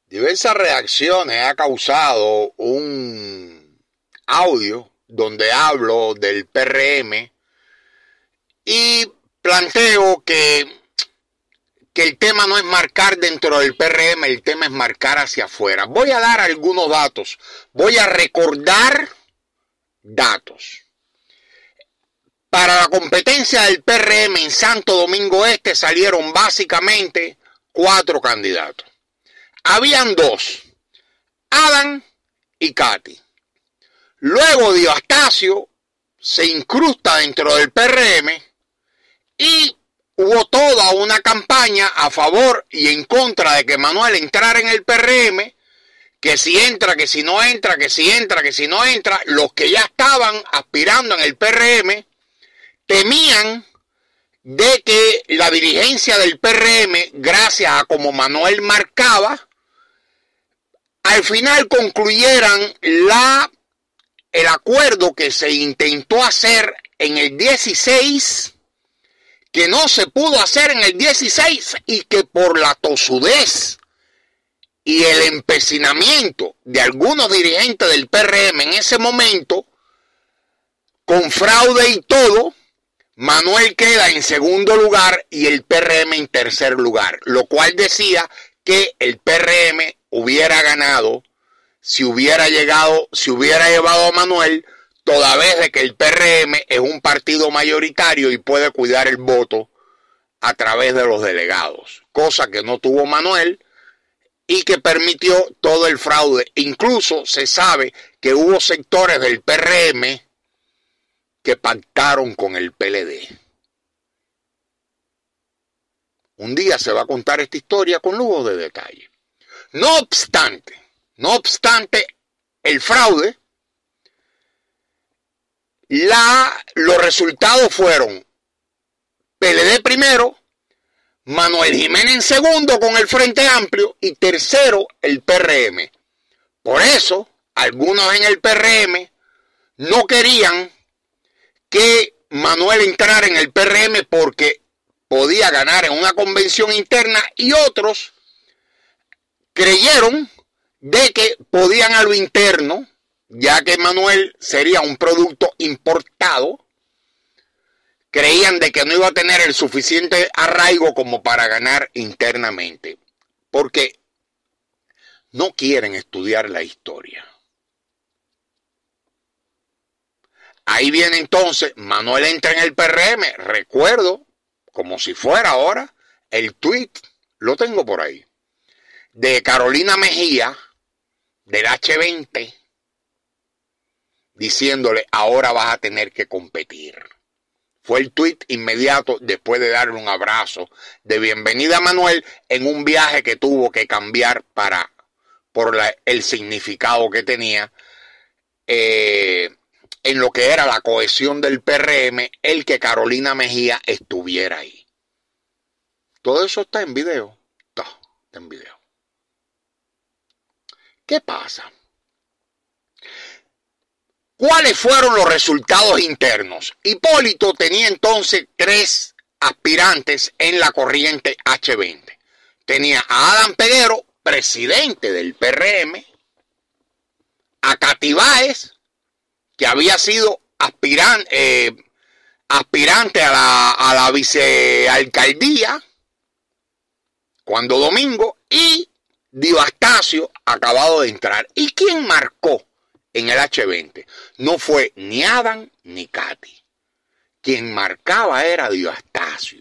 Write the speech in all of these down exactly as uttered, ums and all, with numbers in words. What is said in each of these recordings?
diversas reacciones ha causado un audio donde hablo del P R M y planteo que, que el tema no es marcar dentro del P R M, el tema es marcar hacia afuera. Voy a dar algunos datos, voy a recordar datos. Para la competencia del P R M en Santo Domingo Este salieron básicamente cuatro candidatos. Habían dos, Adán y Katy. Luego Diostacio se incrusta dentro del P R M y hubo toda una campaña a favor y en contra de que Manuel entrara en el P R M, que si entra, que si no entra, que si entra, que si no entra. Los que ya estaban aspirando en el P R M temían de que la dirigencia del P R M, gracias a como Manuel marcaba, al final concluyeran la, el acuerdo que se intentó hacer en el dieciséis, que no se pudo hacer en el dieciséis y que por la tosudez y el empecinamiento de algunos dirigentes del P R M en ese momento, con fraude y todo, Manuel queda en segundo lugar y el P R M en tercer lugar, lo cual decía que el P R M hubiera ganado si hubiera llegado, si hubiera llevado a Manuel, toda vez de que el P R M es un partido mayoritario y puede cuidar el voto a través de los delegados, cosa que no tuvo Manuel y que permitió todo el fraude. Incluso se sabe que hubo sectores del P R M que pactaron con el P L D. Un día se va a contar esta historia con lujo de detalle. No obstante, no obstante el fraude, la, los resultados fueron P L D primero, Manuel Jiménez en segundo con el Frente Amplio y tercero el P R M. Por eso, algunos en el P R M no querían que Manuel entrara en el P R M porque podía ganar en una convención interna y otros creyeron de que podían a lo interno, ya que Manuel sería un producto importado, creían de que no iba a tener el suficiente arraigo como para ganar internamente, porque no quieren estudiar la historia. Ahí viene entonces, Manuel entra en el P R M, recuerdo, como si fuera ahora, el tweet, lo tengo por ahí, de Carolina Mejía, del H veinte, diciéndole, ahora vas a tener que competir. Fue el tweet inmediato después de darle un abrazo de bienvenida a Manuel en un viaje que tuvo que cambiar para, por la, el significado que tenía, eh, en lo que era la cohesión del P R M, el que Carolina Mejía estuviera ahí. Todo eso está en video. Todo está en video. ¿Qué pasa? ¿Cuáles fueron los resultados internos? Hipólito tenía entonces tres aspirantes en la corriente H veinte. Tenía a Adán Peguero, presidente del P R M, a Katy Báez, que había sido aspiran, eh, aspirante a la, a la vicealcaldía cuando Domingo, y Diostacio acabado de entrar. ¿Y quién marcó en el H veinte? No fue ni Adán ni Katy. Quien marcaba era Diostacio.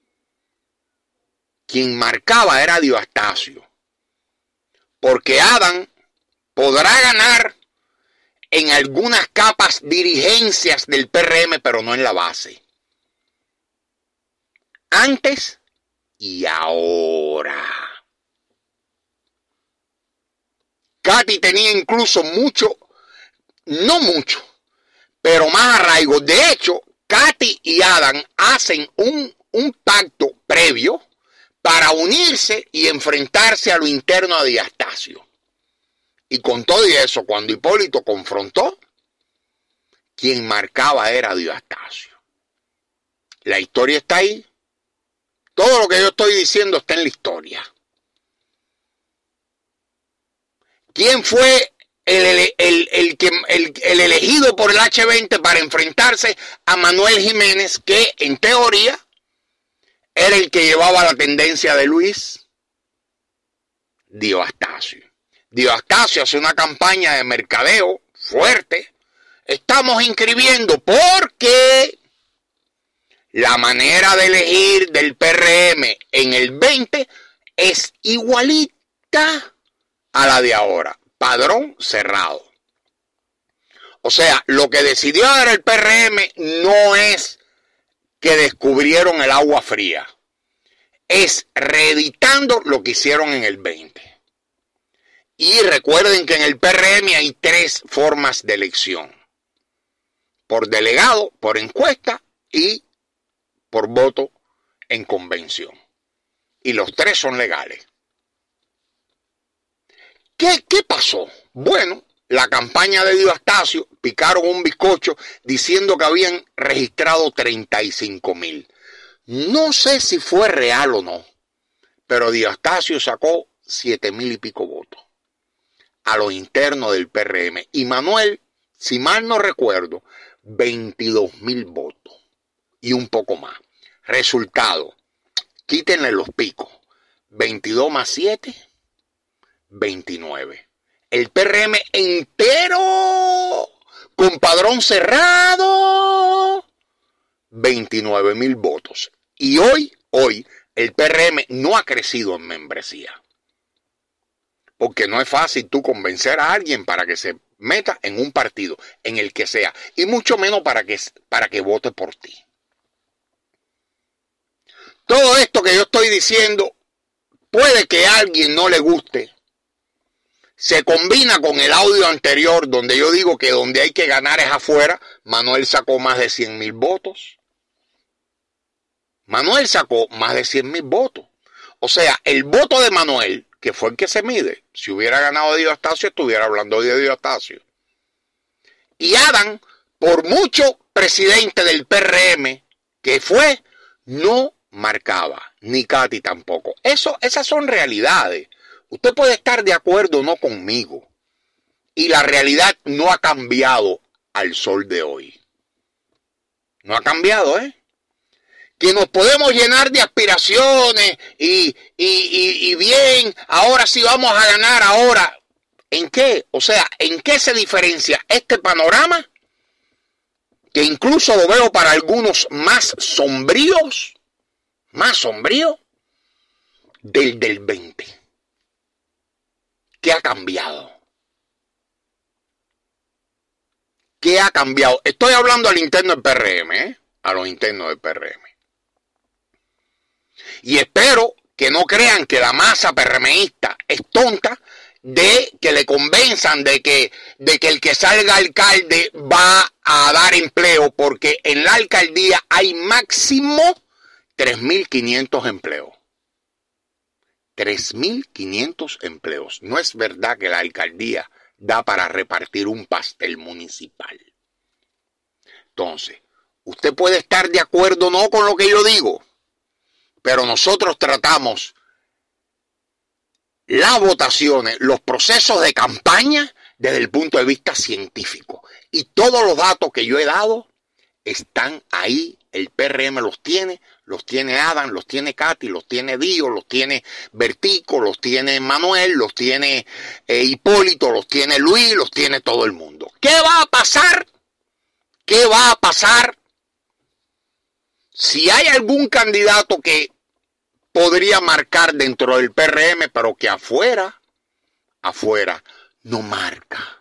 Quien marcaba era Diostacio. Porque Adán podrá ganar en algunas capas dirigencias del P R M, pero no en la base. Antes y ahora. Katy tenía incluso mucho, no mucho, pero más arraigo. De hecho, Katy y Adán hacen un, un pacto previo para unirse y enfrentarse a lo interno de Diostacio. Y con todo y eso, cuando Hipólito confrontó, quien marcaba era Diostacio. La historia está ahí. Todo lo que yo estoy diciendo está en la historia. ¿Quién fue el, el, el, el, que, el, el elegido por el H veinte para enfrentarse a Manuel Jiménez, que en teoría era el que llevaba la tendencia de Luis? Diostasio. Diostasio hace una campaña de mercadeo fuerte. Estamos inscribiendo porque la manera de elegir del P R M en el veinte es igualita a la de ahora. Padrón cerrado. O sea, lo que decidió ahora el P R M no es que descubrieron el agua fría. Es reeditando lo que hicieron en el veinte. Y recuerden que en el P R M hay tres formas de elección. Por delegado, por encuesta y por voto en convención. Y los tres son legales. ¿Qué, qué pasó? Bueno, la campaña de Diostasio picaron un bizcocho diciendo que habían registrado treinta y cinco mil. No sé si fue real o no, pero Diostasio sacó siete mil y pico votos a lo interno del P R M. Y Manuel, si mal no recuerdo, veintidós mil votos y un poco más. Resultado, quítenle los picos. veintidós más siete, veintinueve. El P R M entero, con padrón cerrado, veintinueve mil votos. Y hoy, hoy, el P R M no ha crecido en membresía. Porque no es fácil tú convencer a alguien para que se meta en un partido, en el que sea, y mucho menos para que, para que vote por ti. Todo esto que yo estoy diciendo, puede que a alguien no le guste. Se combina con el audio anterior, donde yo digo que donde hay que ganar es afuera. Manuel sacó más de cien mil votos. Manuel sacó más de cien mil votos. O sea, el voto de Manuel, que fue el que se mide, si hubiera ganado Diostasio, estuviera hablando de Diostasio. Y Adán, por mucho presidente del P R M que fue, no marcaba, ni Katy tampoco. Eso, esas son realidades. Usted puede estar de acuerdo o no conmigo. Y la realidad no ha cambiado al sol de hoy. No ha cambiado, ¿eh? Que nos podemos llenar de aspiraciones y, y, y, y bien, ahora sí vamos a ganar ahora. ¿En qué? O sea, ¿en qué se diferencia este panorama? Que incluso lo veo para algunos más sombríos, más sombrío, del del veinte. ¿Qué ha cambiado? ¿Qué ha cambiado? Estoy hablando al interno del P R M, ¿eh? A los internos del P R M. Y espero que no crean que la masa PRMista es tonta de que le convenzan de que, de que el que salga alcalde va a dar empleo, porque en la alcaldía hay máximo tres mil quinientos empleos. tres mil quinientos empleos. No es verdad que la alcaldía da para repartir un pastel municipal. Entonces, usted puede estar de acuerdo o no con lo que yo digo, pero nosotros tratamos las votaciones, los procesos de campaña desde el punto de vista científico. Y todos los datos que yo he dado están ahí. El P R M los tiene, los tiene Adán, los tiene Katy, los tiene Dio, los tiene Bertico, los tiene Manuel, los tiene eh, Hipólito, los tiene Luis, los tiene todo el mundo. ¿Qué va a pasar? ¿Qué va a pasar si hay algún candidato que podría marcar dentro del P R M, pero que afuera, afuera no marca?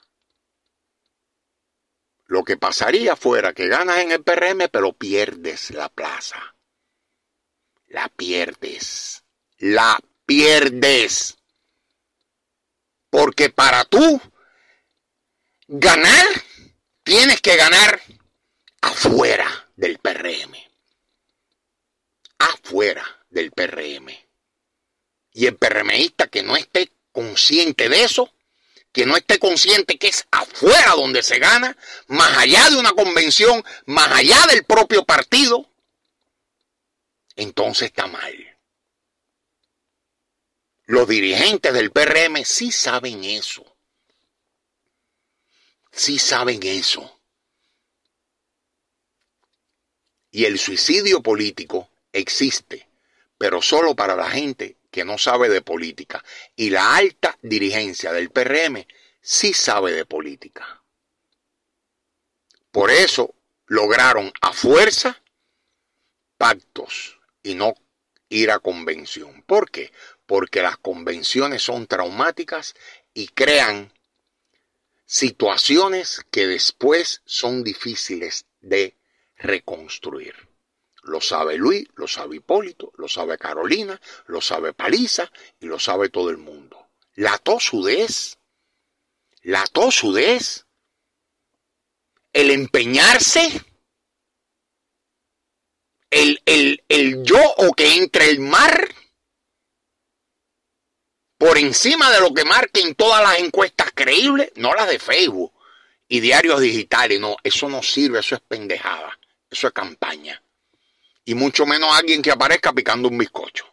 Lo que pasaría fuera que ganas en el P R M, pero pierdes la plaza. La pierdes. La pierdes. Porque para tú ganar, tienes que ganar afuera del P R M. Afuera del P R M. Y el PRMista que no esté consciente de eso, que no esté consciente que es afuera donde se gana, más allá de una convención, más allá del propio partido, entonces está mal. Los dirigentes del P R M sí saben eso. sí saben eso. Y el suicidio político existe, pero solo para la gente que no sabe de política. Y la alta dirigencia del P R M sí sabe de política. Por eso lograron a fuerza pactos y no ir a convención. ¿Por qué? Porque las convenciones son traumáticas y crean situaciones que después son difíciles de reconstruir. Lo sabe Luis, lo sabe Hipólito, lo sabe Carolina, lo sabe Paliza y lo sabe todo el mundo. La tosudez, la tosudez, el empeñarse, el, el, el yo o que entre el mar por encima de lo que marquen todas las encuestas creíbles, no las de Facebook y diarios digitales, no, eso no sirve, eso es pendejada, eso es campaña. Y mucho menos alguien que aparezca picando un bizcocho.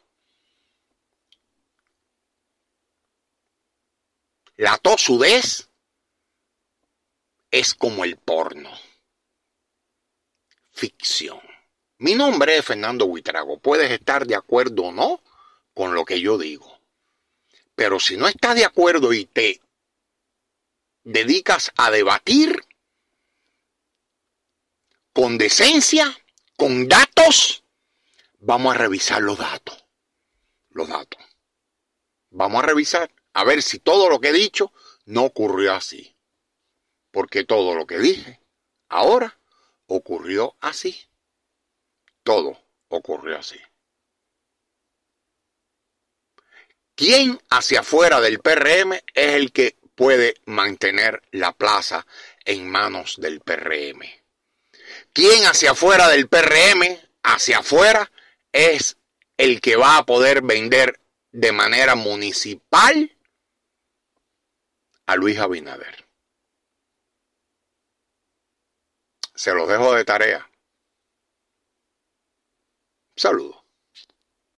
La tosudez es como el porno. Ficción. Mi nombre es Fernando Buitrago. Puedes estar de acuerdo o no con lo que yo digo. Pero si no estás de acuerdo y te dedicas a debatir con decencia, con datos, vamos a revisar los datos. Los datos. Vamos a revisar a ver si todo lo que he dicho no ocurrió así. Porque todo lo que dije ahora ocurrió así. Todo ocurrió así. ¿Quién hacia afuera del P R M es el que puede mantener la plaza en manos del P R M? ¿Quién hacia afuera del P R M, hacia afuera, es el que va a poder vender de manera municipal a Luis Abinader? Se los dejo de tarea. Saludos.